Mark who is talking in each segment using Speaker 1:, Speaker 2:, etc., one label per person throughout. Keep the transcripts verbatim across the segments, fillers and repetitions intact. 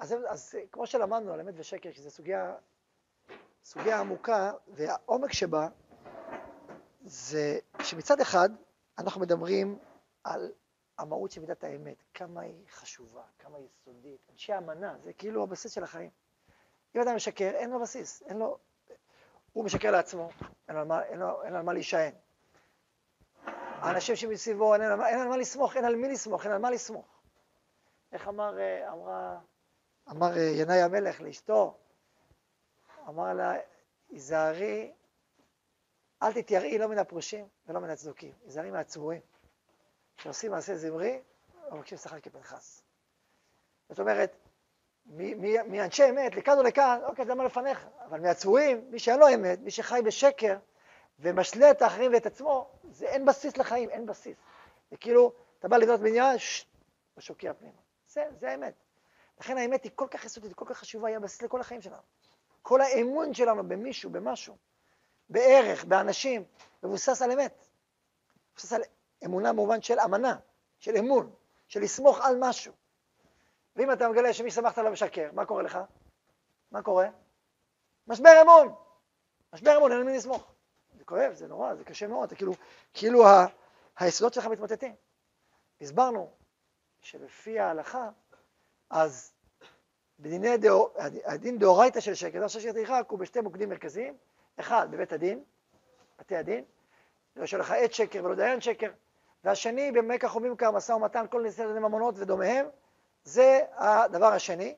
Speaker 1: אז, אז כמו שלמדנו על אמת ושקר, שזו סוגיה, סוגיה עמוקה, והעומק שבה זה שמצד אחד אנחנו מדברים על המהות של מידת האמת, כמה היא חשובה, כמה היא יסודית, אנשי האמנה, זה כאילו הבסיס של החיים. אם אדם משקר, אין לו בסיס, אין לו, הוא משקר לעצמו, אין לו על מה, אין לו, אין לו על מה להישען. האנשים שמסביבו, אין, אין על מה לסמוך, אין על מי לסמוך, אין על מה לסמוך. איך אמר, אמרה, אמר ינאי המלך לאשתו, אמר לה, היזהרי, אל תתייראי לא מן הפרושים ולא מן הצדוקים, היזהרי מהצבועים, שעושים מעשה זמרי, ומבקשים שכר כפנחס. זאת אומרת, מאנשי אמת, לכאן או לכאן, אוקיי, זה מה לפניך, אבל מהצבועים, מי שאין לו אמת, מי שחי בשקר, ומשלה את האחרים ואת עצמו, זה אין בסיס לחיים, אין בסיס. זה כאילו, אתה בא לבנות בניין, ששש, ושוקע פנימה. זה, זה האמת. לכן האמת היא כל כך יסודית, היא כל כך חשובה, היא הבסיס לכל החיים שלנו. כל האמון שלנו במישהו, במשהו, בערך, באנשים, מבוסס על אמת. מבוסס על אמונה במובן של אמנה, של אמון, של לסמוך על משהו. ואם אתה מגלה שמי שמחת עליו משקר, מה קורה לך? מה קורה? משבר אמון. משבר אמון, אין על מי לסמוך. זה כואב, זה נורא, זה קשה מאוד, זה כאילו, כאילו ה, היסודות שלך מתמוטטים. הסברנו שלפי ההלכה, אז בדיני דאו, הדין דאורייתא של שקר, זה שקר תרחק, הוא בשתי מוקדים מרכזיים, אחד בבית הדין, בתי הדין, לא שלך עת שקר ולא דיין שקר, והשני במקח חומים משא ומתן, כל ניסיון דיני ממונות ודומיהם, זה הדבר השני,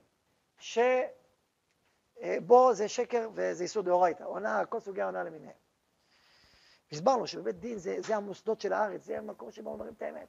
Speaker 1: שבו זה שקר וזה איסור דאורייתא, עונה, כל סוגי העונה למיניהם. הסברנו שבבית דין זה, זה המוסדות של הארץ, זה המקום שבו אומרים את האמת.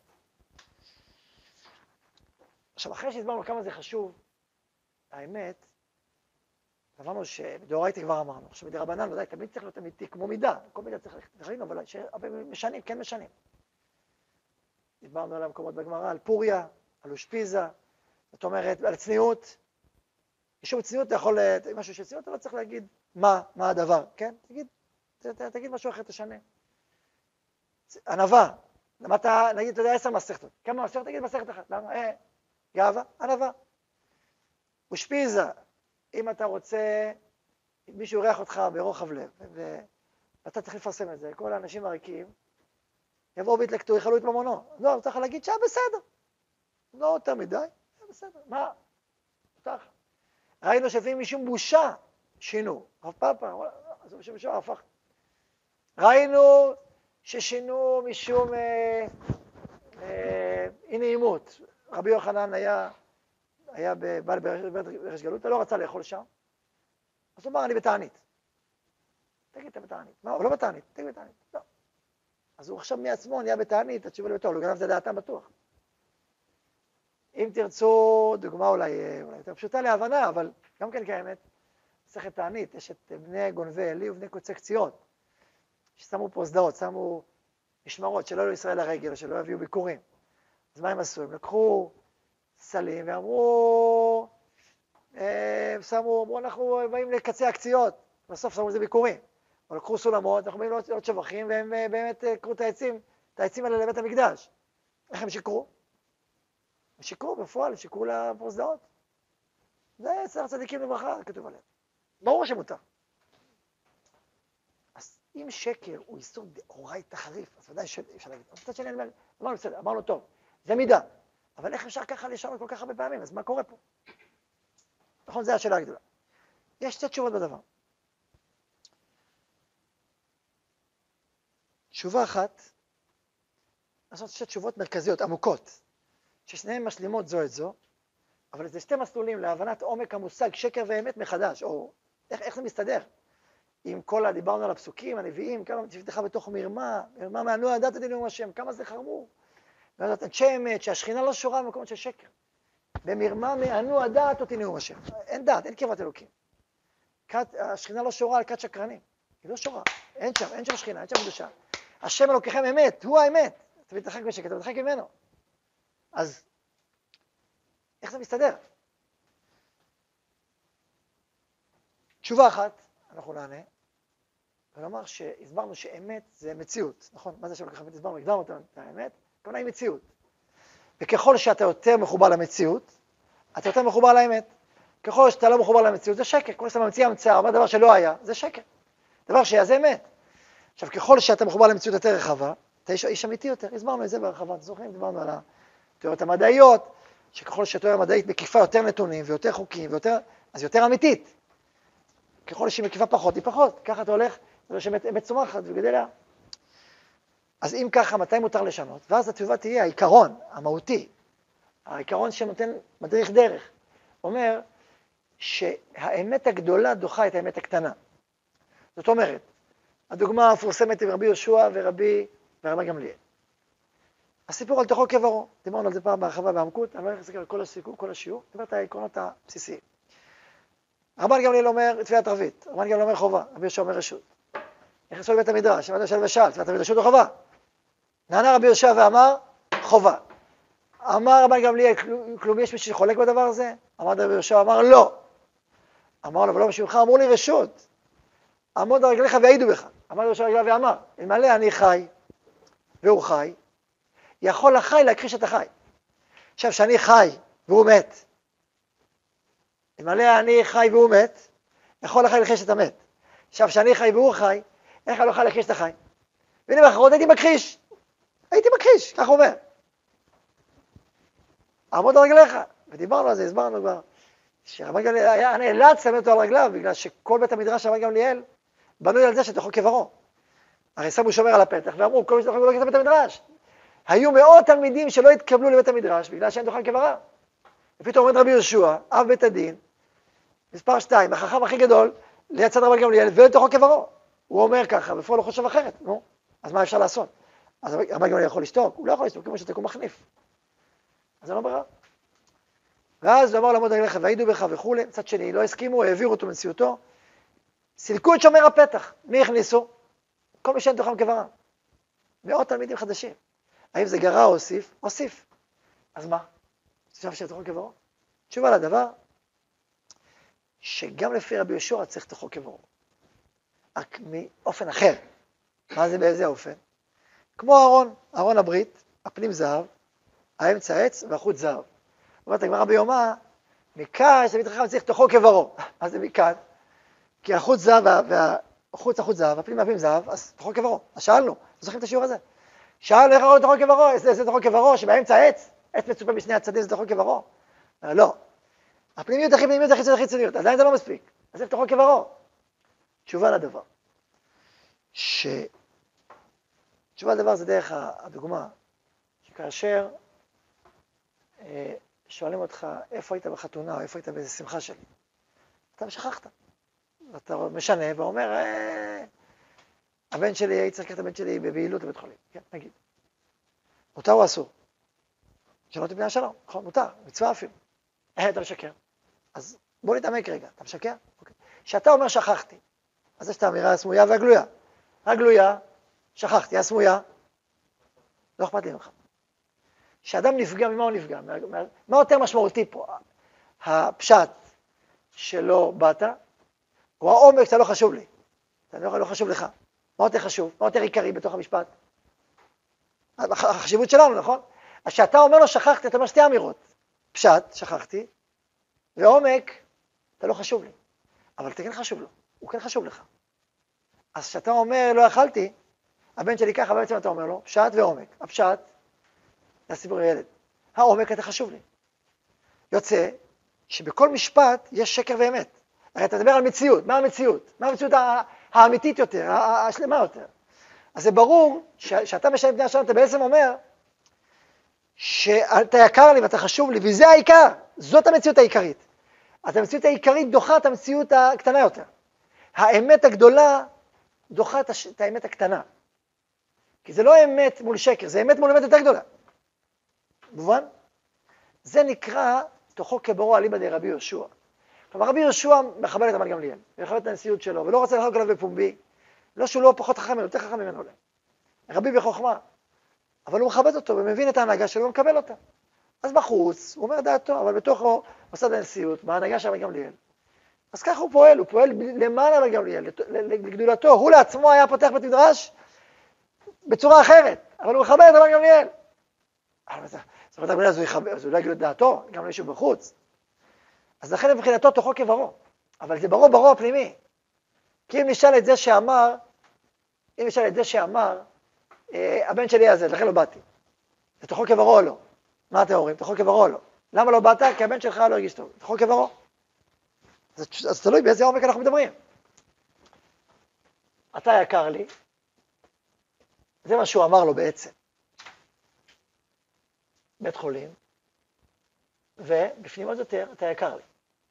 Speaker 1: עכשיו, אחרי שהסברנו כמה זה חשוב, האמת, אמרנו שבדאורייתא כבר אמרנו, עכשיו בדרבנן, ודאי, תמיד צריך להיות אמיתי, כמו מידה, כל מידה צריך להכין, אבל משנים, כן משנים. דיברנו על המקומות בגמרא, על פוריה, על אושפיזה, זאת אומרת, על צניעות. אישור צניעות, אתה יכול, משהו של צניעות, אתה לא צריך להגיד מה, מה הדבר, כן? תגיד, תגיד משהו אחר, תשנה. ענווה, למדת, נגיד, אתה יודע, עשר מסכתות. כמה מסכתות? תגיד מסכת אחת. למה? אה, גאווה, ענווה. אושפיזה, אם אתה רוצה, מישהו ירח אותך ברוחב לב, ואתה צריך לפרסם את זה, כל האנשים הריקים, יבואו והתלקטו, יחלו את ממונו. לא, אתה צריך להגיד שהיה בסדר. לא יותר מדי, היה בסדר. מה? אותך. ראינו שלפעמים משום בושה שינו. רב פאפה, אז משום בושה הפך. ראינו ששינו משום אה, אה, אי נעימות. רבי יוחנן היה, היה בבעל ברש גלות, לא רצה לאכול שם. אז הוא אמר, אני בתענית. תגיד, אתה בתענית. מה, הוא לא בתענית, תגיד בתענית. לא. אז הוא עכשיו מעצמו נהיה בתענית, התשובה לביתו, הוא גנב את דעתם בטוח. אם תרצו, דוגמה אולי, אולי יותר פשוטה להבנה, אבל גם כן קיימת, מסכת תענית, יש את בני גונבי עלי ובני קוצי קציעות, ששמו פרוזדאות, שמו משמרות שלא יהיו ישראל הרגל, שלא יביאו ביקורים. אז מה הם עשו? הם לקחו סלים ואמרו, הם שמו, אמרו, אנחנו באים לקצי הקציעות, בסוף שמו איזה ביקורים. או לקחו סולמות, אנחנו באים לעוד שבחים, והם באמת קראו את העצים, את העצים האלה לבית המקדש. איך הם שיקרו? הם שיקרו בפועל, הם שיקרו לפרוזדאות. זה אצל צדיקים לברכה, כתוב עליהם. ברור שמותר. אז אם שקר הוא איסור דאורייתא חריף, אז ודאי שאפשר להגיד. מצד שני, אני אומר, אמרנו בסדר, אמרנו טוב, זה מידה. אבל איך אפשר ככה לשנות כל כך הרבה פעמים? אז מה קורה פה? נכון, זו השאלה הגדולה. יש שתי תשובות בדבר. תשובה אחת, לעשות שתי תשובות מרכזיות, עמוקות, ששניהם משלימות זו את זו, אבל זה שתי מסלולים להבנת עומק המושג שקר ואמת מחדש, או איך, איך זה מסתדר. עם כל הדיברנו על הפסוקים, הנביאים, כמה תפתחה בתוך מרמה, מרמה מענו הדת את נאום השם, כמה זה חרמור. ועדת אנשי אמת, שהשכינה לא שורה במקומות של שקר. במרמה מענו הדת אותי נאום השם. אין דת, אין קרבת אלוקים. כת, השכינה לא שורה על כת שקרנים. היא לא שורה, אין שם, אין שם שכינה, אין שם קדושה. השם אלוקיכם אמת, הוא האמת. אתה מתרחק בשקט, אתה מתרחק ממנו. אז איך זה מסתדר? תשובה אחת, אנחנו נענה, ולומר שהסברנו שאמת זה מציאות, נכון? מה זה שאלוקיכם אמת? הסברנו, הקדמנו את האמת, כמובן היא מציאות. וככל שאתה יותר מחובר למציאות, אתה יותר מחובר לאמת. ככל שאתה לא מחובר למציאות, זה שקר. כל שאתה ממציא המצאה, אומר דבר שלא היה, זה שקר. דבר שהיה, זה אמת. עכשיו, ככל שאתה מחובר למציאות יותר רחבה, אתה איש, איש אמיתי יותר. הסברנו את זה ברחבה, אתם זוכרים? דיברנו על התיאוריות המדעיות, שככל שהתיאוריה המדעית מקיפה יותר נתונים ויותר חוקים, ויותר, אז יותר אמיתית. ככל שהיא מקיפה פחות, היא פחות. ככה אתה הולך, זה שאמת צומחת וגדלה. אז אם ככה, מתי מותר לשנות? ואז התשובה תהיה העיקרון, המהותי, העיקרון שנותן מדריך דרך. אומר שהאמת הגדולה דוחה את האמת הקטנה. זאת אומרת, הדוגמה המפורסמת עם רבי יהושע ורבי ורבי גמליאל. הסיפור על תוכו כברו, דיברנו על זה פעם בהרחבה בעמקות, אני לא הולך לסתכל על כל הסיכום, כל השיעור, דיבר את העקרונות הבסיסיים. רבן גמליאל אומר תפילת ערבית, רבן גמליאל אומר חובה, רבי יהושע אומר רשות. נכנסו לבית המדרש, שמעת ושאל ושאל, תפילת ערבית רשות או חובה? נענה רבי יהושע ואמר חובה. אמר רבן גמליאל, כלום יש מישהו שחולק בדבר הזה? אמר רבי יהושע, אמר לא. אמר לו, אבל לא בשמך, אמרו לי רשות. עמוד על רגליך והעידו בך. אמר רבי יהושע רגליו ואמר, אלמלא אני חי, והוא חי, יכול החי להכחיש את החי. עכשיו, שאני חי והוא מת, אלמלא אני חי והוא מת, יכול החי להכחיש את המת. עכשיו, שאני חי והוא חי, איך לא חי להכחיש את החי? והנה באחרות הייתי מכחיש. הייתי מכחיש, כך הוא אומר. עמוד על רגליך. ודיברנו על זה, הסברנו כבר, שרבן גמליאל היה נאלץ לעמוד אותו על רגליו, בגלל שכל בית המדרש של רבן גמליאל בנוי על זה שתוכו כברו. הרי שמו שומר על הפתח, ואמרו, כל מי שתוכו לא יקבל בית המדרש. היו מאות תלמידים שלא התקבלו לבית המדרש, בגלל שאין תוכן כברה. ופתאום עומד רבי יהושע, אב בית הדין, מספר שתיים, החכם הכי גדול, ליד צד רבן גמליאל, ואין תוכו כברו. הוא אומר ככה, בפועל לא חושב אחרת, נו, אז מה אפשר לעשות? אז רבן גמליאל יכול לשתוק? הוא לא יכול לשתוק, כמו שתקום מחניף. אז זה לא ברירה. ואז הוא אמר לעמוד על רגליך והעידו בך וכולי, מצד שני, לא הסכימו, העבירו אותו מנשיאותו, סילקו את שומר הפתח. מי הכניסו? כל מי שאין תוכם כברה. מאות תלמידים חדשים. האם זה גרע או הוסיף? הוסיף. אז מה? עכשיו שאין תוכם כברה? תשובה לדבר, שגם לפי רבי יהושע צריך תוכו כברה. רק מאופן אחר. מה זה באיזה אופן? כמו ארון, ארון הברית, הפנים זהב, האמצע עץ והחוץ זהב. אומרת הגמרא ביומא, מכאן שתלמיד חכם צריך תוכו כברו. מה זה מכאן? כי החוץ זהב והחוץ החוץ זהב, הפנים והפנים זהב, אז תוכו כברו. אז שאלנו, זוכרים את השיעור הזה? שאלנו איך הראו תוכו כברו, איזה תוכו כברו, שבאמצע עץ, עץ מצופה משני הצדדים, זה תוכו כברו. לא. הפנימיות הכי פנימיות הכי חיצוניות, חיצוניות, עדיין זה לא מספיק. אז איך תוכו כברו? תשובה לדבר. ש... תשובה לדבר זה דרך הדוגמה, שכאשר שואלים אותך, איפה היית בחתונה, או איפה היית באיזה שמחה שלי? אתה שכחת. אתה משנה ואומר, אה, הבן שלי, הייתי צריך לקחת את הבן שלי בבהילות לבית חולים. כן, נגיד. מותר או אסור? שלא תבנה שלום, נכון, מותר, מצווה אפילו. אה, אתה משקר. אז בוא נתעמק רגע, אתה משקר? אוקיי. כשאתה אומר שכחתי, אז יש את האמירה הסמויה והגלויה. הגלויה, שכחתי, הסמויה, לא אכפת לי ממך. כשאדם נפגע, ממה הוא נפגע? מה, מה יותר משמעותי פה? הפשט שלא באת, או העומק שאתה לא חשוב לי. אתה לא, לא חשוב לך. מה יותר חשוב? מה יותר עיקרי בתוך המשפט? החשיבות שלנו, נכון? אז כשאתה אומר לו שכחתי, אתה אומר שתי אמירות. פשט, שכחתי, ועומק, אתה לא חשוב לי. אבל אתה כן חשוב לו, הוא כן חשוב לך. אז כשאתה אומר לא אכלתי, הבן שלי ככה, בעצם אתה אומר לו, פשט ועומק. הפשט, זה הסיפור הילד. העומק אתה חשוב לי. יוצא שבכל משפט יש שקר ואמת. הרי אתה מדבר על מציאות. מה המציאות? מה המציאות האמיתית יותר, השלמה יותר? אז זה ברור שאתה משנה בני השלום, אתה בעצם אומר שאתה יקר לי ואתה חשוב לי, וזה העיקר. זאת המציאות העיקרית. אז המציאות העיקרית דוחה את המציאות הקטנה יותר. האמת הגדולה דוחה את האמת הקטנה. כי זה לא אמת מול שקר, זה אמת מול אמת יותר גדולה. מובן? זה נקרא תוכו כברו אליבא דרבי יהושע. כלומר, רבי יהושע מכבד את רבן גמליאל, מכבד את הנשיאות שלו, ולא רוצה לחלוק עליו בפומבי. לא שהוא לא פחות חכם, יותר חכם ממנו אולי. רבי בחוכמה. אבל הוא מכבד אותו ומבין את ההנהגה שלו ומקבל אותה. אז בחוץ, הוא אומר דעתו, אבל בתוכו מוסד הנשיאות, מההנהגה של רבן גמליאל. אז ככה הוא פועל, הוא פועל למען רבן גמליאל, לגדולתו. הוא לעצמו היה פותח בית מדרש בצורה אחרת, אבל הוא מכבד את רבן גמליאל. זאת אומרת, אז הוא לא יגיד את דעתו, גם למישהו בחוץ. אז לכן מבחינתו תוכו כברו, אבל זה ברו ברו הפנימי. כי אם נשאל את זה שאמר, אם נשאל את זה שאמר, אה, הבן שלי הזה, לכן לא באתי. זה תוכו כברו או לא? מה אתם אומרים? תוכו כברו או לא? למה לא באת? כי הבן שלך לא הרגיש טוב. תוכו כברו. אז, אז תלוי באיזה עומק אנחנו מדברים. אתה יקר לי, זה מה שהוא אמר לו בעצם. בית חולים, ובפנים עוד יותר, אתה יקר לי.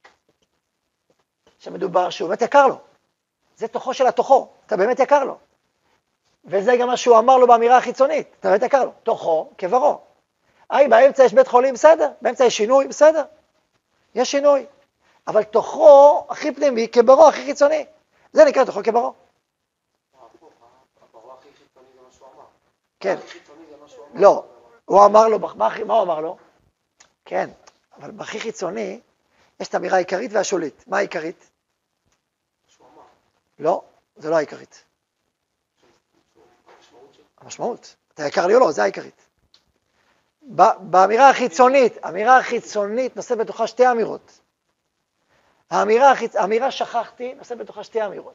Speaker 1: שמדובר שהוא באמת יקר לו. זה תוכו של התוכו, אתה באמת יקר לו. וזה גם מה שהוא אמר לו באמירה החיצונית, אתה באמת יקר לו. תוכו כברו. היי, באמצע יש בית חולים, בסדר. באמצע יש שינוי, בסדר. יש שינוי. אבל תוכו הכי פנימי כברו הכי חיצוני. זה נקרא תוכו כברו.
Speaker 2: הברוא הכי חיצוני זה מה שהוא אמר.
Speaker 1: כן.
Speaker 2: הכי חיצוני זה מה שהוא אמר.
Speaker 1: לא, הוא אמר לו, מה, מה הוא אמר לו? כן, אבל בהכי חיצוני יש את האמירה העיקרית והשולית. מה העיקרית?
Speaker 2: שהוא אמר.
Speaker 1: לא, זה לא העיקרית.
Speaker 2: המשמעות שלו.
Speaker 1: המשמעות, אתה יקר לי או לא, זה העיקרית. באמירה החיצונית, האמירה החיצונית נושא בתוכה שתי אמירות. האמירה, החיצ... האמירה שכחתי נושא בתוכה שתי אמירות.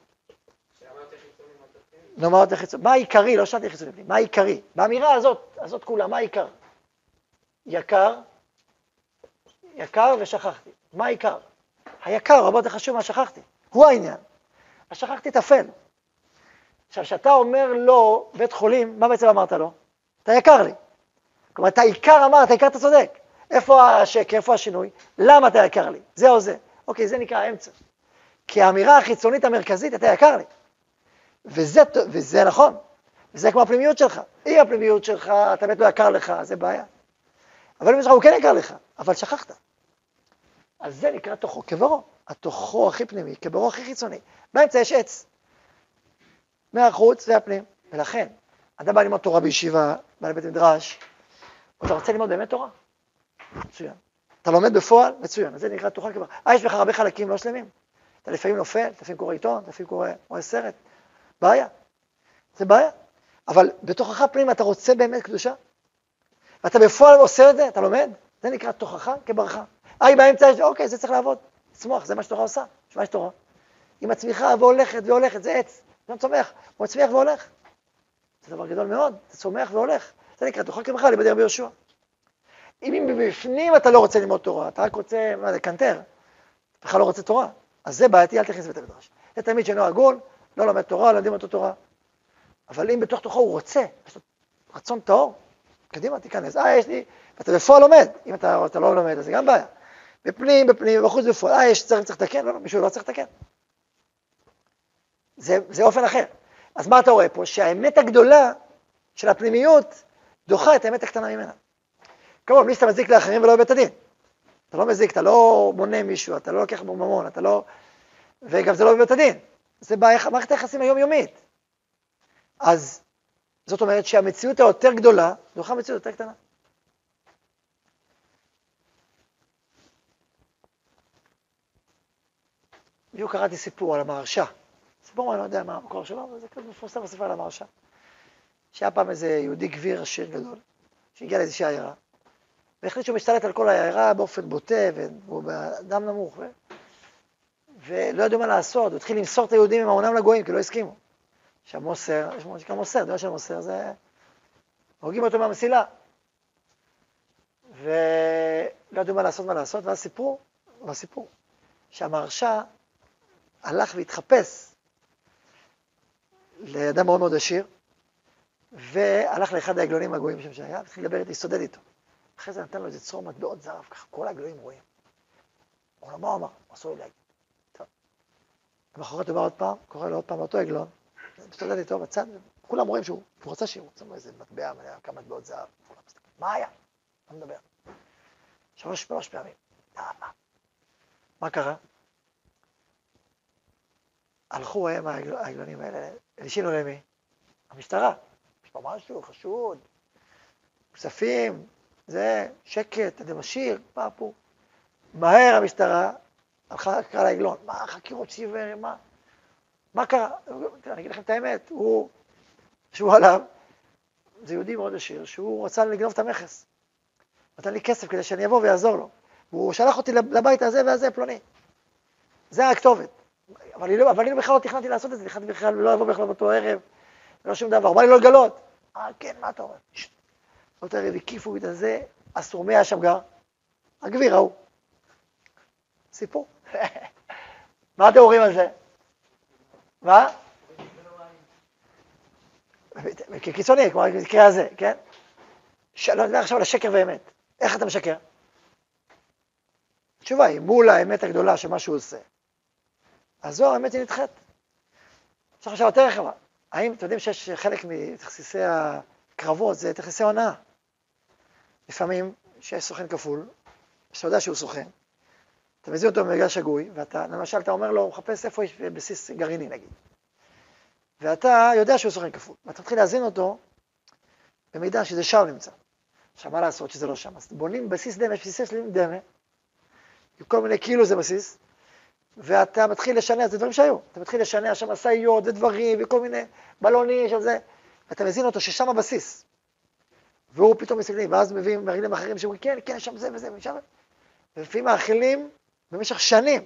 Speaker 1: נאמר יותר חיצוני. מה העיקרי? לא שאלתי חיצוני. מה העיקרי? באמירה הזאת, הזאת כולה, מה העיקר? יקר, יקר ושכחתי. מה העיקר? היקר, הרבה יותר חשוב מה שכחתי. הוא העניין. השכחתי תפל. עכשיו, כשאתה אומר לו, בית חולים, מה בעצם אמרת לו? אתה יקר לי. כלומר, אתה עיקר אמר, אתה עיקר, אתה צודק. איפה השקר, איפה השינוי? למה אתה יקר לי? זה או זה. אוקיי, זה נקרא האמצע. כי האמירה החיצונית המרכזית, אתה יקר לי. וזה, וזה נכון. וזה כמו הפנימיות שלך. אם הפנימיות שלך, אתה באמת לא יקר לך, זה בעיה. אבל אם שלך הוא כן יקר לך, אבל שכחת. אז זה נקרא תוכו כברו. התוכו הכי פנימי, כברו הכי חיצוני. באמצע יש עץ. מהחוץ והפנים. ולכן, אתה בא ללמוד תורה בישיבה, בא לבית מדרש, אתה רוצה ללמוד באמת תורה? מצוין. אתה לומד בפועל? מצוין. אז זה נקרא תוכה כברו. אה, יש לך הרבה חלקים לא שלמים. אתה לפעמים נופל, לפעמים קורא עיתון, לפעמים קורא, רואה סרט. בעיה. זה בעיה. אבל בתוכך פנים אתה רוצה באמת קדושה? ואתה בפועל עושה את זה, אתה לומד? זה נקרא תוכחה כברכה. אה, באמצע יש, אוקיי, זה צריך לעבוד. צמוח, זה מה שתורה עושה. שמה יש תורה? היא מצמיחה והולכת והולכת, זה עץ. זה מצומח, הוא מצמיח והולך. זה דבר גדול מאוד, זה צומח והולך. זה נקרא תוכה כברכה, לימד רבי יהושע. אם בפנים אתה לא רוצה ללמוד תורה, אתה רק רוצה, מה זה, קנטר, אתה בכלל לא רוצה תורה, אז זה בעייתי, אל תכניס לבית המדרש. זה תלמיד שאינו הגון, לא לומד תורה, לא לומדים אותו תורה. אבל אם בתוך תוכו הוא רוצה, יש לו רצון טהור, קדימה, תיכנס. אה, יש לי, ואתה בפועל לומד. אם אתה, אתה לא לומד, אז זה גם בעיה. בפנים, בפנים, בחוץ בפועל. אה, יש צריך, צריך לתקן, לא, לא, מישהו לא צריך לתקן. זה, זה אופן אחר. אז מה אתה רואה פה? שהאמת הגדולה של הפנימיות דוחה את האמת הקטנה ממנה. כמובן, מי שאתה מזיק לאחרים ולא בבית הדין. אתה לא מזיק, אתה לא מונה מישהו, אתה לא לוקח בו ממון, אתה לא... וגם זה לא בבית הדין. זה מערכת היחסים היומיומית. אז זאת אומרת שהמציאות היותר גדולה, דוחה מציאות יותר קטנה. בדיוק קראתי סיפור על המהרש"א. סיפור, אני לא יודע מה המקור שלו, אבל זה כזה מפורסם בספר על המהרש"א. שהיה פעם איזה יהודי גביר עשיר גדול, שהגיע לאיזושהי עיירה, והחליט שהוא משתלט על כל העיירה באופן בוטה, והוא באדם נמוך, ו... ולא ידעו מה לעשות, הוא התחיל למסור את היהודים עם העונם לגויים, כי לא הסכימו. שהמוסר, יש מה שנקרא מוסר, דומה של מוסר, זה... הורגים אותו מהמסילה. ולא ידעו מה לעשות, מה לעשות, ואז סיפרו, והסיפור, שהמהרש"א הלך והתחפש לאדם מאוד מאוד עשיר, והלך לאחד העגלונים הגויים שם שהיה, והתחיל לדבר איתי, להסתודד איתו. אחרי זה נתן לו איזה צרור מטבעות זהב, ככה כל העגלונים רואים. הוא אמר, מה הוא אמר? הוא עשו לו להגיד. טוב. למחרת הוא בא עוד פעם, קורא לו עוד פעם לאותו עגלון, מסתודד איתו בצד, כולם רואים שהוא רוצה שיר, הוא רוצה איזה מטבע, כמה מטבעות זהב. מה היה? מה מדבר? שלוש שלוש פעמים. מה? מה קרה? הלכו הם העגלונים האלה, הלשינו למי? המשטרה. יש פה משהו חשוד, כספים, זה שקט, אדם עשיר, פאפו. מהר המשטרה הלכה קרא לעגלון. מה חקירות שיבר, מה? מה קרה? אני אגיד לכם את האמת, הוא, שהוא עליו, זה יהודי מאוד עשיר, שהוא רצה לגנוב את המכס. נתן לי כסף כדי שאני אבוא ויעזור לו. הוא שלח אותי לבית הזה והזה, פלוני. זה הכתובת. אבל אני, לא, אבל אני בכלל לא תכננתי לעשות את זה, תכננתי בכלל לא לבוא בכלל באותו ערב, לא שום דבר. בא לי לא לגלות. אה, כן, מה אתה אומר? באותו ערב הקיפו את זה, אסור, מי היה שם גר? הגביר ההוא. סיפור. מה אתם אומרים על זה? מה? קיצוני, כמו המקרה הזה, כן? לא נדבר עכשיו על השקר ואמת. איך אתה משקר? התשובה היא, מול האמת הגדולה של מה שהוא עושה. אז זו האמת היא נדחת. עכשיו עכשיו יותר רחבה. האם, אתם יודעים שיש חלק מתכסיסי הקרבות, זה תכסיסי הונאה. לפעמים, שיש סוכן כפול, שאתה יודע שהוא סוכן, אתה מזין אותו במגע שגוי, ואתה, למשל, אתה אומר לו, הוא מחפש איפה יש בסיס גרעיני, נגיד. ואתה יודע שהוא סוכן כפול, ואתה מתחיל להזין אותו במידע שזה שם נמצא. עכשיו, מה לעשות שזה לא שם? אז בונים בסיס דמה, יש בסיסי שלים דמה, כל מיני כאילו זה בסיס, ואתה מתחיל לשנע, זה דברים שהיו, אתה מתחיל לשנע שם מסעיות ודברים וכל מיני בלונים של זה, ואתה מזין אותו ששם הבסיס. והוא פתאום מסתכלים, ואז מביאים מרגילים אחרים שאומרים, כן, כן, שם זה וזה ושם. ולפעמים מאכילים במשך שנים,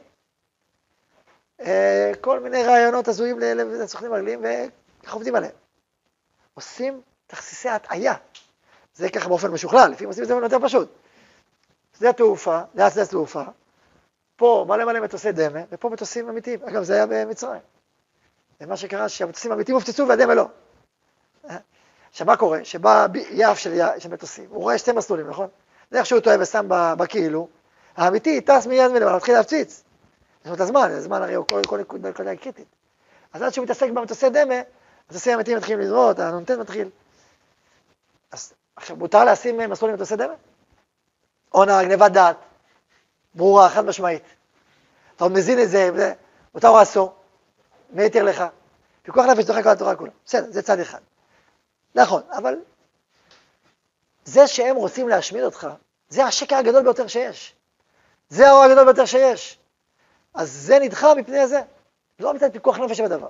Speaker 1: כל מיני רעיונות הזויים לסוכנים מרגילים, וכך עובדים עליהם. עושים תכסיסי הטעיה. זה ככה באופן משוכלל, לפעמים עושים את זה יותר פשוט. שדה התעופה, זה שדה התעופה, פה מלא מלא מטוסי דמה, ופה מטוסים אמיתיים. אגב, זה היה במצרים. זה מה שקרה, שהמטוסים האמיתיים הופצצו והדמה לא. עכשיו, מה קורה? שבא יעף של, של מטוסים, הוא רואה שתי מסלולים, נכון? זה איך שהוא טועה ושם בכאילו, האמיתי טס מיד מלמעלה, מתחיל להפציץ. יש לו את הזמן, הזמן הרי הוא כל, כל נקודה נקודה קריטית. אז עד שהוא מתעסק במטוסי דמה, המטוסים האמיתיים מתחילים לזרות, הנונטן מתחיל. אז עכשיו, מותר לשים מסלולים מטוסי דמה? או גנבת דעת, ברורה, חד משמעית. אתה עוד מזין את זה, מותר או אסור, מי יתיר לך? פיקוח נפש דוחה כל התורה כולה. בסדר, זה צד אחד. נכון, אבל זה שהם רוצים להשמיד אותך, זה השקר הגדול ביותר שיש. זה האור הגדול ביותר שיש. אז זה נדחה מפני זה. לא מצד פיקוח נפש שבדבר.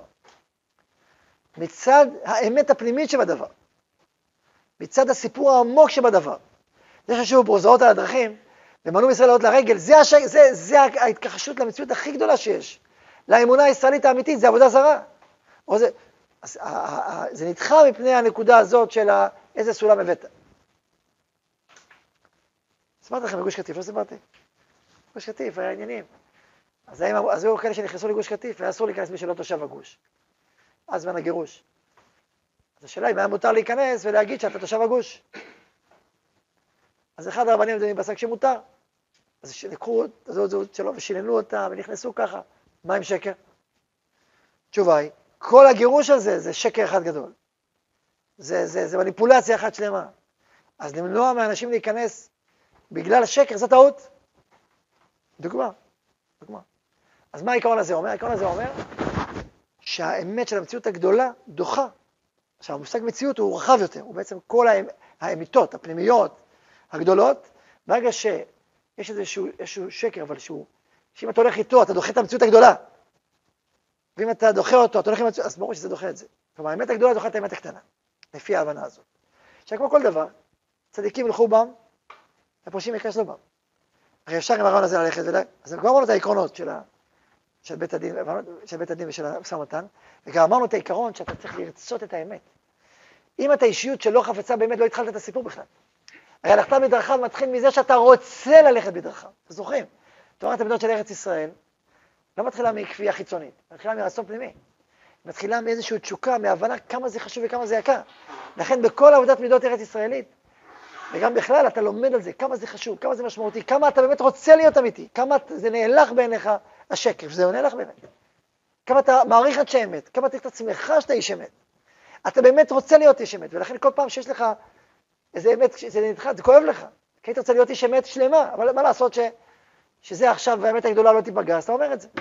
Speaker 1: מצד האמת הפנימית שבדבר. מצד הסיפור העמוק שבדבר. זה ששוב פרוזאות על הדרכים, ומנעו מישראל לעלות לרגל, זה, השק, זה, זה ההתכחשות למציאות הכי גדולה שיש. לאמונה הישראלית האמיתית, זה עבודה זרה. או זה, אז, ה, ה, ה, זה נדחה מפני הנקודה הזאת של ה, איזה סולם הבאת. ספרתי לכם בגוש קטיף, לא ספרתי? גוש קטיף, היה עניינים. אז, הם, אז היו כאלה שנכנסו לגוש קטיף, והיה אסור להיכנס מי שלא תושב הגוש. אז זמן הגירוש. אז השאלה אם היה מותר להיכנס ולהגיד שאתה תושב הגוש. אז אחד הרבנים דנים פסק שמותר. אז לקחו את הזהות שלו ושיננו אותה ונכנסו ככה. מה עם שקר? תשובה היא, כל הגירוש הזה זה שקר אחד גדול. זה, זה, זה מניפולציה אחת שלמה. אז למנוע מאנשים להיכנס בגלל שקר, זו טעות. דוגמה, דוגמה. אז מה העיקרון הזה אומר? העיקרון הזה אומר שהאמת של המציאות הגדולה דוחה. עכשיו, המושג מציאות הוא רחב יותר, הוא בעצם כל האמיתות, הפנימיות הגדולות, ברגע שיש איזשהו, איזשהו שקר, אבל שהוא, שאם אתה הולך איתו, אתה דוחה את המציאות הגדולה. ואם אתה דוחה אותו, אתה הולך עם המציאות, אז ברור שזה דוחה את זה. כלומר, האמת הגדולה דוחה את האמת הקטנה, לפי ההבנה הזאת. עכשיו, כמו כל דבר, צדיקים ילכו בם, הפושעים יקשלו בם. הרי אפשר עם הרעיון הזה ללכת, אז כבר אמרנו את העקרונות של, ה, של, בית הדין, של בית הדין ושל המשא ומתן, וגם אמרנו את העיקרון שאתה צריך לרצות את האמת. אם אתה אישיות שלא חפצה באמת, לא התחלת את הסיפור בכלל. הרי הלכת בדרכיו מתחיל מזה שאתה רוצה ללכת בדרכיו. אתם זוכרים? תורת המידות של ארץ ישראל לא מתחילה מכפייה חיצונית, מתחילה מרצון פנימי. מתחילה מאיזושהי תשוקה, מהבנה כמה זה חשוב וכמה זה יקר. לכן בכל עבודת מידות ארץ ישראלית, וגם בכלל אתה לומד על זה, כמה זה חשוב, כמה זה משמעותי, כמה אתה באמת רוצה להיות אמיתי, כמה זה נהלך בעיניך השקר, שזה נהלך באמת. כמה אתה מעריך את שאמת, כמה אתה את עצמך שאתה איש אמת. אתה באמת רוצה להיות איש אמת, ולכן כל פעם שיש לך איזה אמת, זה נדחה, זה כואב לך. כי היית רוצה להיות איש אמת שלמה, אבל מה לעשות ש, שזה עכשיו, והאמת הגדולה לא תיפגע, אז אתה אומר את זה.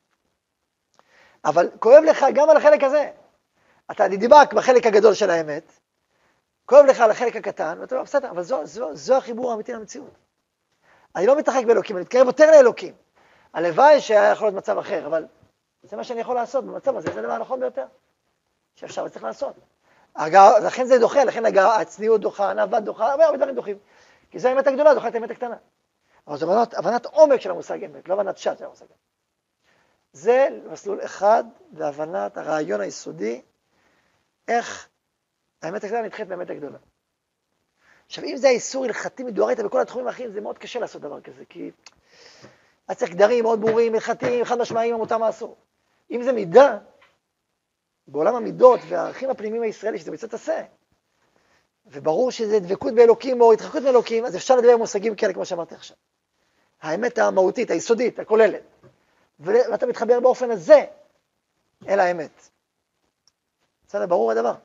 Speaker 1: אבל כואב לך גם על החלק הזה. אתה נדבק בחלק הגדול של האמת, כואב לך על החלק הקטן, ואתה אומר, בסדר, אבל זו, זו, זו החיבור האמיתי למציאות. אני לא מתרחק באלוקים, אני מתקרב יותר לאלוקים. הלוואי שהיה יכול להיות מצב אחר, אבל זה מה שאני יכול לעשות במצב הזה, זה הדבר הנכון ביותר. שאפשר וצריך לעשות. הגר, לכן זה דוחה, לכן הגר, הצניעות דוחה, הענווה דוחה, הרבה הרבה דברים דוחים. כי זו האמת הגדולה, דוחה את האמת הקטנה. אבל זו הבנת, הבנת עומק של המושג אמת, לא הבנת שט של המושג אמת. זה מסלול אחד בהבנת הרעיון היסודי, איך האמת הגדולה נדחית באמת הגדולה. עכשיו, אם זה האיסור הלכתי מדוארייתא בכל התחומים האחרים, זה מאוד קשה לעשות דבר כזה, כי אז צריך גדרים מאוד ברורים, הלכתיים, חד משמעיים, המותר מה אסור. אם זה מידה, בעולם המידות והערכים הפנימיים הישראלי, שזה מצוות עשה, וברור שזה דבקות באלוקים או התרחקות מאלוקים, אז אפשר לדבר במושגים כאלה, כמו שאמרתי עכשיו. האמת המהותית, היסודית, הכוללת. ואתה מתחבר באופן הזה אל האמת. בסדר, ברור הדבר.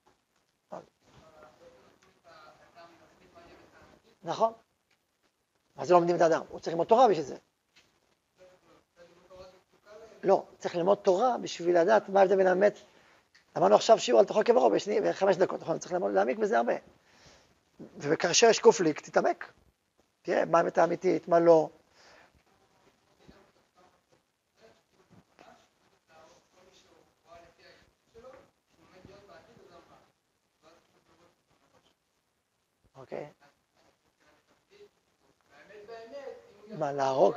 Speaker 1: נכון. אז זה לא לומדים את האדם, הוא צריך ללמוד תורה בשביל זה. לא, צריך ללמוד תורה בשביל לדעת מה ההבדל בין האמת. אמרנו עכשיו שיעור על תוכו כברו בחמש דקות, נכון? צריך ללמוד, להעמיק בזה הרבה. וכאשר יש קופליקט, תתעמק. תראה, מה האמת האמיתית, מה לא. אוקיי. מה, להרוג?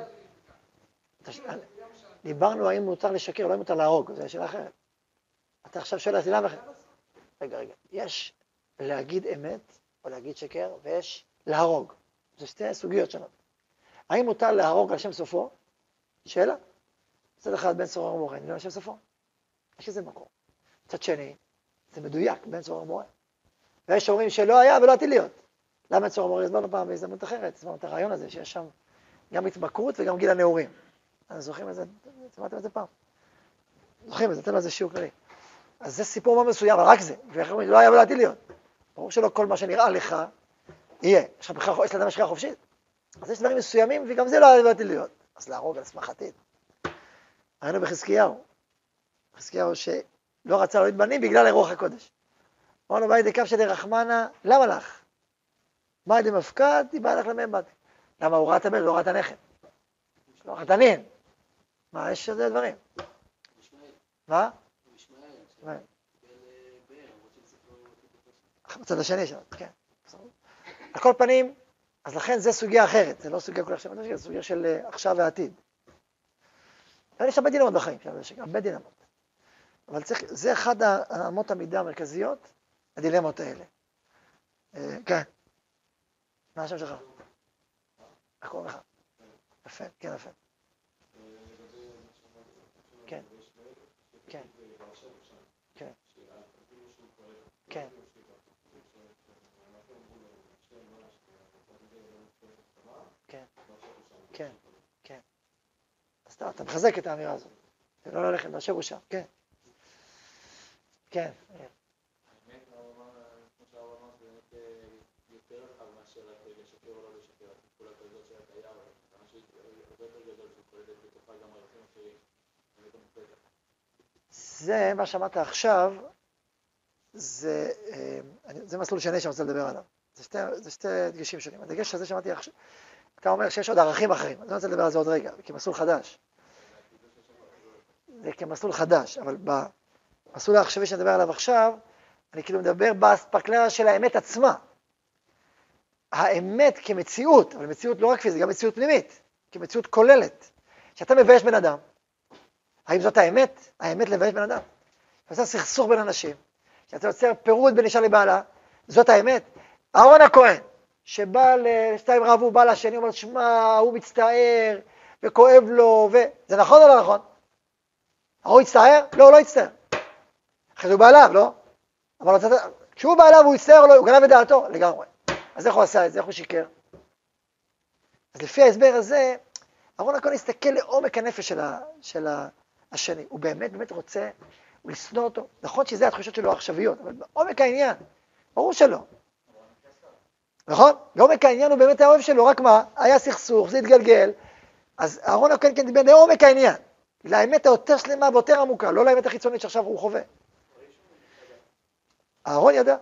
Speaker 1: דיברנו האם מותר לשקר, לא אם מותר להרוג, זו שאלה אחרת. אתה עכשיו שואל אותי למה אחרת. רגע, רגע. יש להגיד אמת או להגיד שקר, ויש להרוג. זה שתי סוגיות שונות. האם מותר להרוג על שם סופו? שאלה. מצד אחד בן סורר ומורה, אני לא על שם סופו. יש איזה מקום. מצד שני, זה מדויק, בן סורר ומורה. ויש אומרים שלא היה ולא עתיד להיות. למה בן סורר ומורה? הסברנו פעם בהזדמנות אחרת, הסברנו את הרעיון הזה, שיש שם גם התמכרות וגם גיל הנעורים. אז זוכרים את זה, שמעתם את זה פעם. זוכרים את זה, תן לו איזה שיעור כללי. אז זה סיפור מאוד מסוים, אבל רק זה. ואיך אומרים, לא היה ולא עתיד להיות. ברור שלא כל מה שנראה לך יהיה. יש לאדם בחירה חופשית. אז יש דברים מסוימים, וגם זה לא היה ולא עתיד להיות. אז להרוג על סמך עתיד. ראינו בחזקיהו. חזקיהו שלא רצה להוליד בנים בגלל רוח הקודש. אמרנו, באי דקף שדי רחמנה, למה לך? מה ידי מפקד? היא באה לך למבט. למה הוא ראה את הבן, לא ראה את הנכד? לא ראה את הנין. מה, יש איזה דברים? מה? בצד השני שלנו, כן. על כל פנים, אז לכן זה סוגיה אחרת, זה לא סוגיה כל עכשיו, זה סוגיה של עכשיו והעתיד. יש הרבה דילמות בחיים, הרבה דילמות. אבל צריך, זה אחד האמות המידה המרכזיות, הדילמות האלה. כן. מה השם שלך? איך קוראים לך? יפה, כן, יפה. כן. כן. כן. כן. כן. כן. כן. אז אתה מחזק את האמירה הזאת. זה לא ללכת, נשב ראשה. כן. כן. זה, מה שאמרת עכשיו, זה, זה מסלול שני שאני רוצה לדבר עליו. זה שתי, זה שתי דגשים שונים. הדגש הזה שאמרתי עכשיו, אתה אומר שיש עוד ערכים אחרים, אז אני רוצה לדבר על זה עוד רגע, כמסלול חדש. זה כמסלול חדש, אבל במסלול העכשווי שאני מדבר עליו עכשיו, אני כאילו מדבר באספקלריה של האמת עצמה. האמת כמציאות, אבל מציאות לא רק פיזית, גם מציאות פנימית, כמציאות כוללת. שאתה מבייש בן אדם, האם זאת האמת? האמת לבייש בן אדם. אתה עושה סכסוך בין אנשים, שאתה יוצר פירוד בין אישה לבעלה, זאת האמת. אהרון הכהן, שבא לשתיים רבו, בא לשני, אומר, שמע, הוא מצטער, וכואב לו, ו... זה נכון או לא נכון? הוא יצטער? לא, הוא לא יצטער. אחרי זה הוא בא אליו, לא? אבל כשהוא בא אליו, הוא יצטער, הוא גנב את דעתו, לגמרי. אז איך הוא עשה את זה? איך הוא שיקר? אז לפי ההסבר הזה, אהרון הכהן הסתכל לעומק הנפש של, ה, של השני. הוא באמת באמת רוצה, הוא לשנוא אותו. נכון שזה התחושות שלו העכשוויות, אבל בעומק העניין, ברור שלא. נכון? בעומק העניין הוא באמת האוהב שלו, רק מה? היה סכסוך, זה התגלגל. אז אהרון הכהן כן דיבר לעומק העניין. לאמת היותר שלמה ויותר עמוקה, לא לאמת החיצונית שעכשיו הוא חווה. אהרון ידע.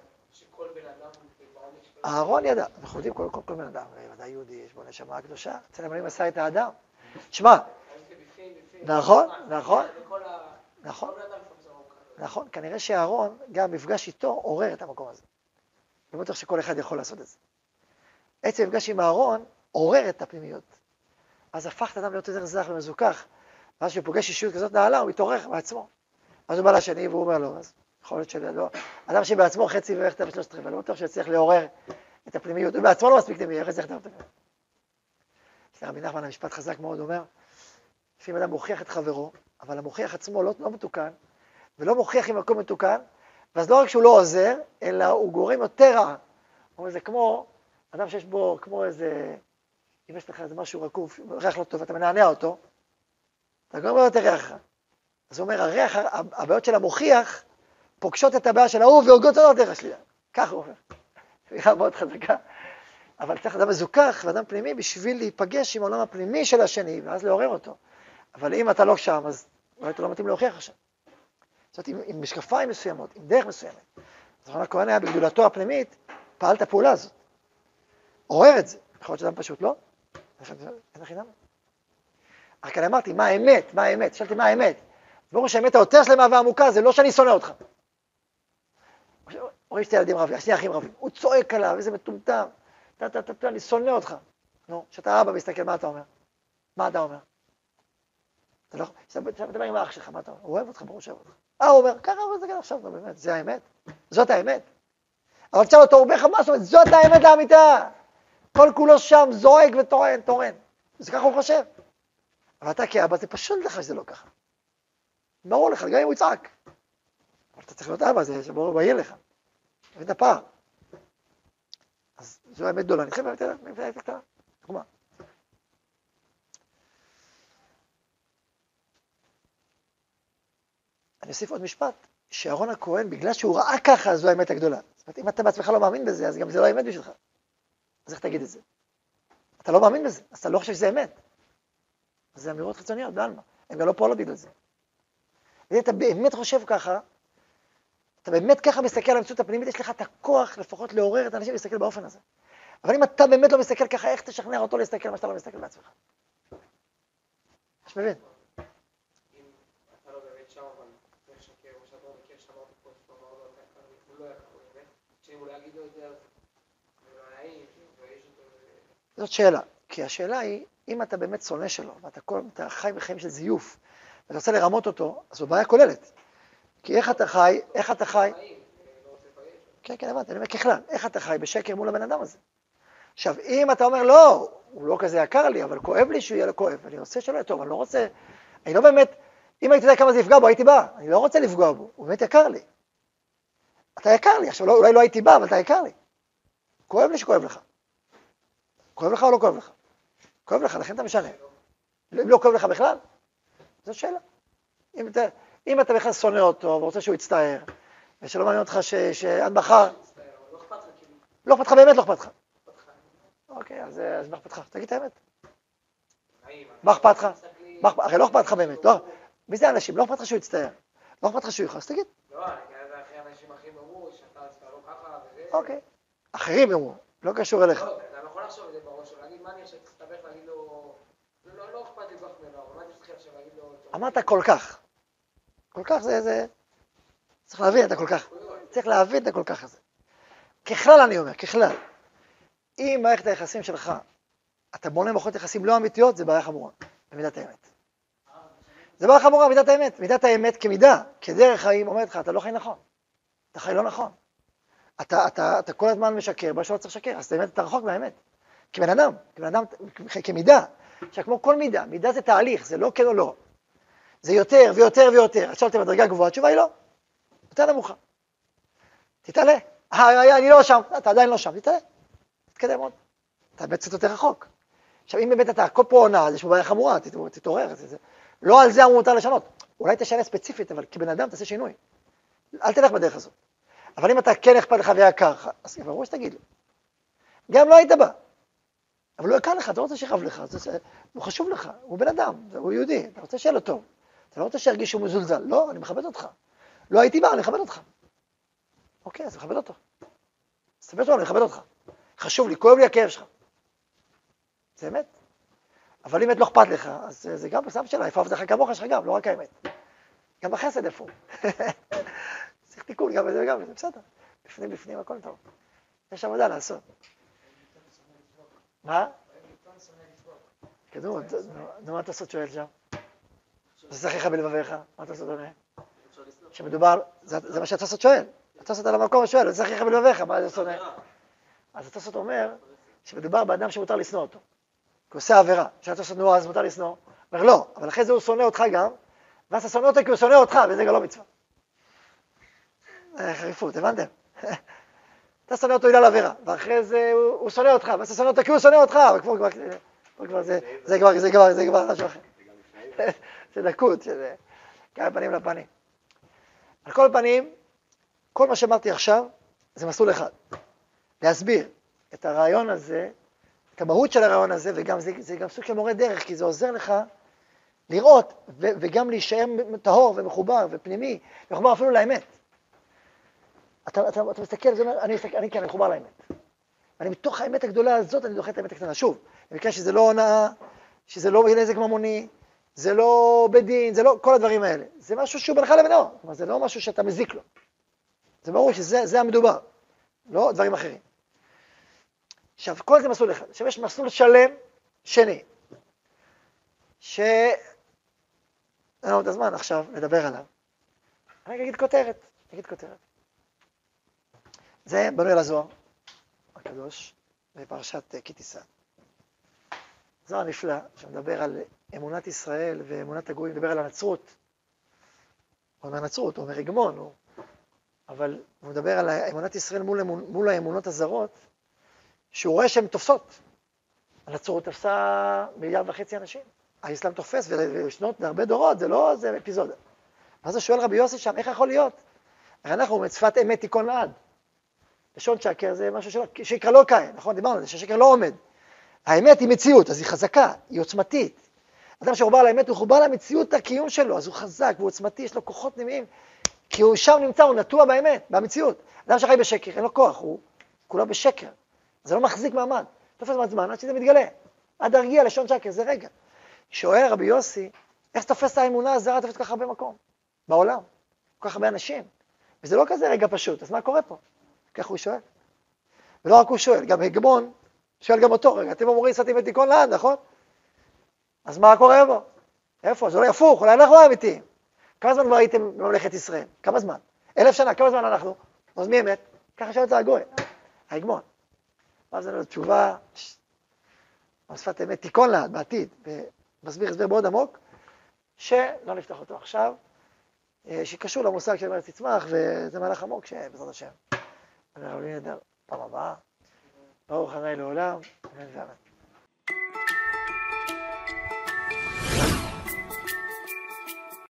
Speaker 1: אהרון ידע. אנחנו יודעים כל, כל, כל בן אדם, ודאי יהודי, יש בו נשמה הקדושה, אצל אלוהים עשה את האדם. שמע, נכון, נכון, נכון, נכון, כנראה שאהרון, גם מפגש איתו, עורר את המקום הזה. אני בטוח שכל אחד יכול לעשות את זה. עצם מפגש עם אהרון, עורר את הפנימיות. אז הפך את האדם להיות יותר זך ומזוכח, ואז שהוא פוגש אישיות כזאת נעלה, הוא מתעורר בעצמו. אז הוא בא לשני והוא אומר לו, אז יכול להיות שלא, אדם שבעצמו חצי ואיך אתה בשלושת רבעי, לא בטוח שצריך לעורר את הפנימיות, הוא בעצמו לא מספיק פנימי, איך צריך לעורר את הפנימיות. רבי נחמן, המשפט חזק מאוד, אומר, לפעמים אדם מוכיח את חברו, אבל המוכיח עצמו לא, לא מתוקן, ולא מוכיח עם מקום מתוקן, ואז לא רק שהוא לא עוזר, אלא הוא גורם יותר רע. זאת אומרת, זה כמו, אדם שיש בו, כמו איזה, אם יש לך איזה משהו רקוב, ריח לא טוב, אתה מנענע אותו, אתה גורם לו יותר ריח רע. אז הוא אומר, הריח, הבעיות של המוכיח, פוגשות את הבעיה של ההוא, והורגות אותו יותר השלילה. ככה הוא אומר. סליחה מאוד חזקה. אבל צריך אדם מזוכח ואדם פנימי בשביל להיפגש עם העולם הפנימי של השני, ואז לעורר אותו. אבל אם אתה לא שם, אז אולי אתה לא מתאים להוכיח עכשיו. זאת אומרת, עם, עם משקפיים מסוימות, עם דרך מסוימת. אז נכון, הכהן היה בגדולתו הפנימית, פעל את הפעולה הזאת. עורר את זה. יכול להיות שאדם פשוט לא? אין הכי נמה. רק אני אמרתי, מה האמת? מה האמת? שאלתי, מה האמת? ברור שהאמת היותר שלמה והעמוקה זה לא שאני שונא אותך. רואים שתי ילדים רבים, שני אחים רבים. הוא צועק עליו, איזה מטומטם. אתה, אתה, אתה, אני שונא אותך. נו, כשאתה אבא מסתכל, מה אתה אומר? מה אתה אומר? אתה לא, כשאתה מדבר עם האח שלך, מה אתה אומר? הוא אוהב אותך, ברור שאוהב אותך. אה, הוא אומר, ככה הוא מסתכל עכשיו, באמת, זה האמת. זאת האמת. אבל תשאל אותו, הוא אומר לך מה, זאת אומרת, זאת האמת לאמיתה. כל כולו שם זועק וטורן, טורן. זה ככה הוא חושב. אבל אתה כאבא, זה פשוט לך שזה לא ככה. ברור לך, גם אם הוא יצעק. אבל אתה צריך להיות אבא, זה שברור בעיר לך. תבין את הפער. אז זו האמת גדולה. אני חושב באמת, באמת קטנה. דוגמה. אני אוסיף עוד משפט, שאהרון הכהן, בגלל שהוא ראה ככה, זו האמת הגדולה. זאת אומרת, אם אתה בעצמך לא מאמין בזה, אז גם זה לא האמת בשבילך. אז איך תגיד את זה? אתה לא מאמין בזה, אז אתה לא חושב שזה אמת. אז זה אמירות חיצוניות, בעלמא. הן גם לא פועלות בגלל זה. ואם אתה באמת חושב ככה, אתה באמת ככה מסתכל על המציאות הפנימית, יש לך את הכוח לפחות לעורר את האנשים להסתכל באופן הזה. אבל אם אתה באמת לא מסתכל ככה, איך תשכנע אותו להסתכל מה שאתה לא מסתכל בעצמך? יש מבין?
Speaker 2: אם אתה לא באמת שם, אבל אתה משקר, או שאתה לא מכיר שם אותו פה, שאתה אומר לו, הוא לא יקר, הוא באמת, שאם הוא לא יגיד לו את זה, אז זה לא נעים, ויש אותו...
Speaker 1: זאת שאלה, כי השאלה היא, אם אתה באמת שונא שלו, ואתה כל, אתה חי בחיים של זיוף, ואתה רוצה לרמות אותו, אז זו בעיה כוללת. כי איך אתה חי, איך אתה חי... כן, כן, הבנתי, אני אומר ככלל, איך אתה חי בשקר מול הבן אדם הזה? עכשיו, אם אתה אומר, לא, הוא לא כזה יקר לי, אבל כואב לי שהוא יהיה לו כואב, אני רוצה שלא יהיה טוב, אני לא רוצה, אני לא באמת, אם הייתי יודע כמה זה יפגע בו, הייתי בא, אני לא רוצה לפגוע בו, הוא באמת יקר לי. אתה יקר לי, עכשיו, לא, אולי לא הייתי בא, אבל אתה יקר לי. כואב לי שכואב לך. כואב לך או לא כואב לך? כואב לך, לכן אתה משנה. אם לא כואב לך בכלל, זאת שאלה. אם אתה, אם אתה בכלל שונא אותו, ורוצה שהוא יצטער, ושלא מעניין אותך שעד מחר... לא אכפת לך באמת, לא אכפת לך. אוקיי, אז מה אכפת לך? תגיד את האמת. מה אכפת לך? הרי לא אכפת לך באמת. מי זה האנשים? לא אכפת לך שהוא יצטער. לא אכפת לך שהוא יכעס, תגיד.
Speaker 2: לא, אני כאלה אחרי אנשים אחרים אמרו שאתה לא ככה וזה...
Speaker 1: אוקיי. אחרים אמרו, לא קשור אליך.
Speaker 2: לא, אתה יכול לחשוב את זה בראש, להגיד מה אני עכשיו צריך להסתבך, להגיד לו... לא אכפת לי בך ממנו, אבל מה אני צריך עכשיו להגיד לו...
Speaker 1: אמרת כל כך. כל כך זה, זה... צריך להבין את הכל כך. צריך להבין את הכל כך הזה. ככלל אני אומר, ככלל. אם מערכת היחסים שלך, אתה בונה מערכות יחסים לא אמיתיות, זה בעיה חמורה, במידת האמת. זה בעיה חמורה, מידת האמת. מידת האמת כמידה, כדרך חיים, אומרת לך, אתה לא חי נכון. אתה חי לא נכון. אתה, אתה, אתה כל הזמן משקר, מה שלא צריך לשקר, אז באמת אתה רחוק מהאמת. כבן אדם, כבן אדם, כמידה. עכשיו, כמו כל מידה, מידה זה תהליך, זה לא כן או לא. זה יותר ויותר ויותר. עכשיו אתם בדרגה גבוהה, התשובה היא לא. יותר נמוכה. תתעלה. אה, אני לא שם, אתה עדיין לא שם, תתעלה. תתקדם עוד. אתה באמת קצת יותר רחוק. עכשיו, אם באמת אתה הכל פה עונה, אז יש בעיה חמורה, תתעורר. לא על זה אמור מותר לשנות. אולי תשנה ספציפית, אבל כבן אדם תעשה שינוי. אל תלך בדרך הזאת. אבל אם אתה כן אכפת לך ויקר לך, אז ברור שתגיד לו. גם לא היית בא. אבל לא יקר לך, אתה רוצה שיכאב לך, הוא חשוב לך, הוא בן אדם, הוא יהודי, אתה רוצה שיהיה לו טוב. אתה לא רוצה שירגיש שהוא מזולזל. לא, אני מכבד אותך. לא הייתי בא, אני מכבד אותך. אוקיי, אז מכבד אותו. אז תבד אותו, אני מכבד אותך. חשוב לי, כואב לי הכאב שלך. זה אמת. אבל אם את לא אכפת לך, אז זה גם בסם שלה, איפה עבדך כמוך שלך גם, לא רק האמת. גם בחסד איפה. צריך תיקון גם בזה וגם בזה, בסדר. בפנים, בפנים, הכל טוב. יש עבודה לעשות. מה? קדמות, נו, מה אתה עושה שואל שם? תשחק בלבביך, מה אתה עושה עונה? שמדובר, זה מה שאתה עושה שואל. אתה עושה על המקום ושואל, תשחק בלבביך, מה זה עונה? אז אתה עושה אומר שמדובר באדם שמותר לשנוא אותו. כי הוא עושה עבירה, שאתה עושה תנועה אז מותר לשנוא. אומר לא, אבל אחרי זה הוא שונא אותך גם, ואז אתה שונא אותו כי הוא שונא אותך, וזה גם לא מצווה. חריפות, הבנתם? אתה שונא אותו בגלל עבירה, ואחרי זה הוא שונא אותך, ואז אתה שונא אותו כי הוא שונא אותך, וכבר זה כבר, זה כבר, זה כבר משהו אחר. זה דקות, שזה כמה פנים לפנים. על כל פנים, כל מה שאמרתי עכשיו, זה מסלול אחד. להסביר את הרעיון הזה, את המהות של הרעיון הזה, וגם זה, זה גם סוג של מורה דרך, כי זה עוזר לך לראות, ו, וגם להישאר טהור ומחובר ופנימי, מחובר אפילו לאמת. אתה, אתה, אתה מסתכל, זה אומר, אני, מסתכל, אני כן, אני מחובר לאמת. אני מתוך האמת הגדולה הזאת, אני דוחה את האמת הקטנה. שוב, במקרה שזה לא הונאה, שזה לא נזק ממוני, זה לא בדין, זה לא כל הדברים האלה. זה משהו שהוא בינך לבינו, כלומר, זה לא משהו שאתה מזיק לו. זה ברור שזה זה המדובר, לא דברים אחרים. עכשיו, כל זה מסלול אחד. עכשיו, יש מסלול שלם שני, שאין לנו את הזמן עכשיו לדבר עליו. אני אגיד כותרת, אגיד כותרת. זה בנוי על הזוהר הקדוש, בפרשת כי תישא. זוהר נפלא, שמדבר על אמונת ישראל ואמונת הגויים, מדבר על הנצרות. הוא אומר נצרות, הוא אומר הגמון, הוא... אבל הוא מדבר על אמונת ישראל מול, מול האמונות הזרות, שהוא רואה שהן תופסות. הנצרות תפסה מיליארד וחצי אנשים. האסלאם תופס, ושנות להרבה דורות, זה לא זה אפיזודה. אז הוא שואל רבי יוסי שם, איך יכול להיות? הרי אנחנו מצוות אמת תיכון לעד. לשון שקר זה משהו שלא, שקר לא קיים, נכון? דיברנו על זה, ששקר לא עומד. האמת היא מציאות, אז היא חזקה, היא עוצמתית. אדם שחובר לאמת, הוא חובר למציאות הקיום שלו, אז הוא חזק והוא עוצמתי, יש לו כוחות פנימיים, כי הוא שם נמצא, הוא נטוע באמת, במציאות. אדם שחי בשקר, אין לו כוח, הוא כולו בשקר. זה לא מחזיק מעמד. תופס מעט זמן, עד שזה מתגלה. עד הרגיע לשון שקר, זה רגע. שואל רבי יוסי, איך תופס את האמונה הזרה, תופס כל כך הרבה מקום? בעולם, כל כך הרבה אנשים. וזה לא כזה רגע פשוט, אז מה קורה פה? כך הוא שואל. ולא רק הוא שואל, גם הגמון, שואל גם אותו, רגע, אתם אומרים, סתים את תיקון לעד, נכון? אז מה קורה בו? איפה? זה לא יפוך, אולי אנחנו אמיתיים. כמה זמן כבר הייתם בממלכת ישראל? כמה זמן? אלף שנה, כמה זמן אנחנו? אז מי אמת? ככה שואל את הגוי, ההגמון. ואז זה תשובה, שפת אמת תיקון לעד, בעתיד, ומסביר הסבר מאוד עמוק, שלא נפתח אותו עכשיו, שקשור למושג של ארץ תצמח, וזה מהלך עמוק שבעזרת השם. אנחנו נדבר פעם הבאה. ברוך ה' לעולם, אמן ואמן.